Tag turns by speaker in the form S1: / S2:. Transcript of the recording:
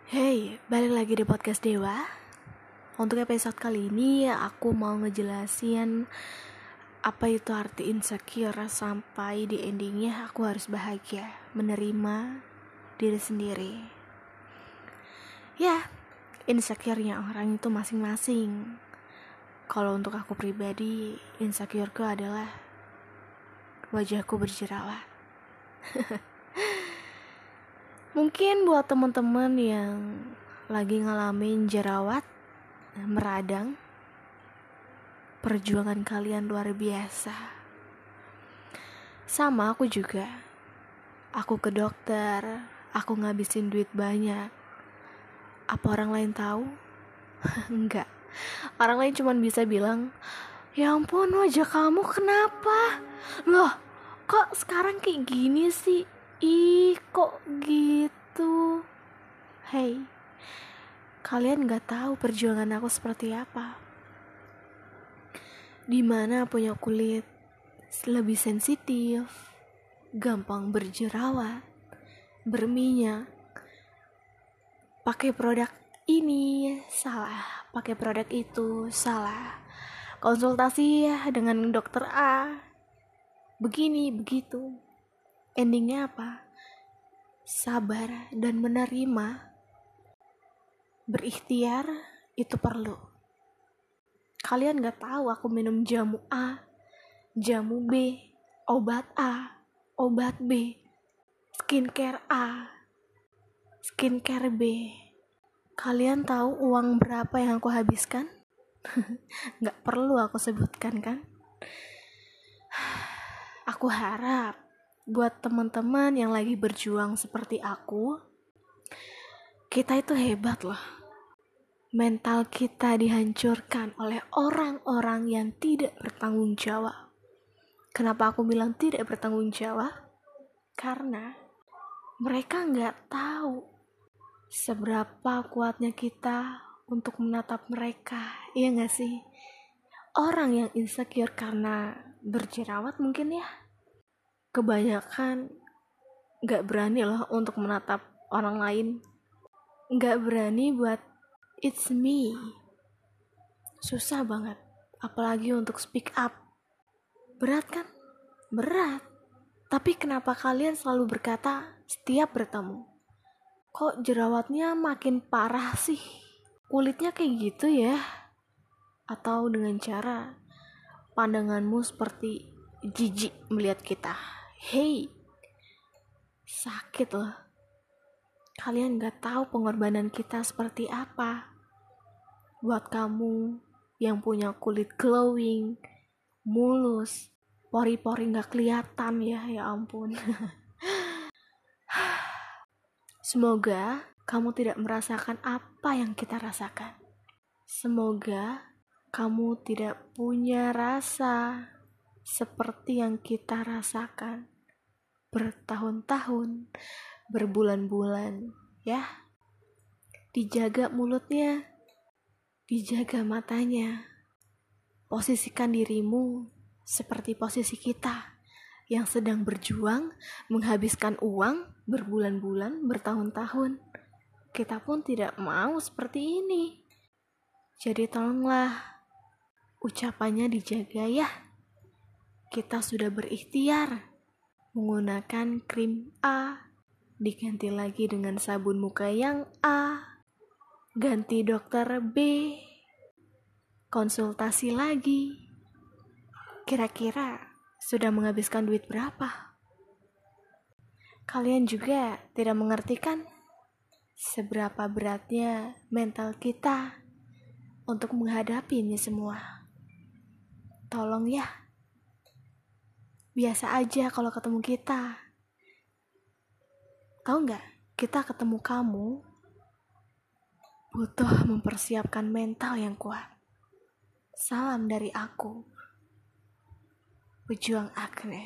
S1: Hey, balik lagi di podcast Dewa. Untuk episode kali ini aku mau ngejelasin apa itu arti insecure sampai di endingnya aku harus bahagia, menerima diri sendiri. Ya, insecure-nya orang itu masing-masing. Kalau untuk aku pribadi, insecure-ku adalah wajahku berjerawat. Mungkin buat teman-teman yang lagi ngalamin jerawat meradang, perjuangan kalian luar biasa. Sama aku juga. Aku ke dokter, aku ngabisin duit banyak. Apa orang lain tahu? Enggak. Orang lain cuma bisa bilang, "Ya ampun, wajah kamu kenapa? Loh, kok sekarang kayak gini sih? Ih, kok gitu?" Hey, kalian gak tahu perjuangan aku seperti apa. Dimana punya kulit lebih sensitif, gampang berjerawat, berminyak. Pakai produk ini salah, pakai produk itu salah. Konsultasi dengan dokter A, begini begitu. Endingnya apa? Sabar dan menerima. Berikhtiar itu perlu. Kalian gak tahu aku minum jamu A, jamu B, obat A, obat B, skincare A, skincare B. Kalian tahu uang berapa yang aku habiskan? Gak perlu aku sebutkan kan? Aku harap buat teman-teman yang lagi berjuang seperti aku, kita itu hebat loh. Mental kita dihancurkan oleh orang-orang yang tidak bertanggung jawab. Kenapa aku bilang tidak bertanggung jawab? Karena mereka gak tahu seberapa kuatnya kita untuk menatap mereka. Iya gak sih? Orang yang insecure karena berjerawat mungkin ya, kebanyakan gak berani loh untuk menatap orang lain. Gak berani buat it's me. Susah banget. Apalagi untuk speak up. Berat kan? Berat. Tapi kenapa kalian selalu berkata setiap bertemu, kok jerawatnya makin parah sih? Kulitnya kayak gitu ya? Atau dengan cara pandanganmu seperti jijik melihat kita. Hey, sakit loh. Kalian gak tahu pengorbanan kita seperti apa. Buat kamu yang punya kulit glowing, mulus, pori-pori gak kelihatan ya ampun. Semoga kamu tidak merasakan apa yang kita rasakan. Semoga kamu tidak punya rasa seperti yang kita rasakan bertahun-tahun, berbulan-bulan, ya. Dijaga mulutnya, dijaga matanya. Posisikan dirimu seperti posisi kita yang sedang berjuang, menghabiskan uang berbulan-bulan, bertahun-tahun. Kita pun tidak mau seperti ini. Jadi tolonglah ucapannya dijaga ya. Kita sudah berikhtiar menggunakan krim A, diganti lagi dengan sabun muka yang A, ganti dokter B, konsultasi lagi. Kira-kira sudah menghabiskan duit berapa? Kalian juga tidak mengerti kan seberapa beratnya mental kita untuk menghadapi ini semua. Tolong ya. Biasa aja kalau ketemu kita. Tahu gak, kita ketemu kamu butuh mempersiapkan mental yang kuat. Salam dari aku, pejuang akne.